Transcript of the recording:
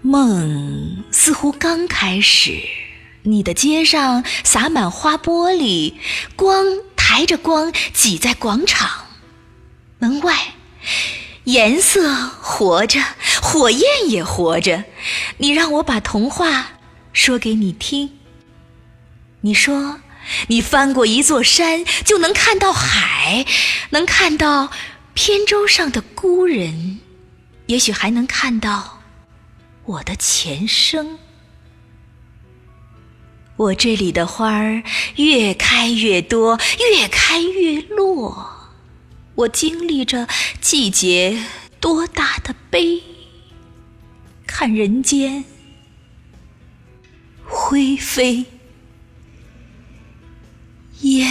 梦似乎刚开始，你的街上洒满花玻璃，光抬着光挤在广场。门外颜色活着，火焰也活着，你让我把童话说给你听。你说你翻过一座山就能看到海，能看到扁舟上的孤人，也许还能看到我的前生。我这里的花儿越开越多，越开越落，我经历着季节多大的悲，看人间灰飞烟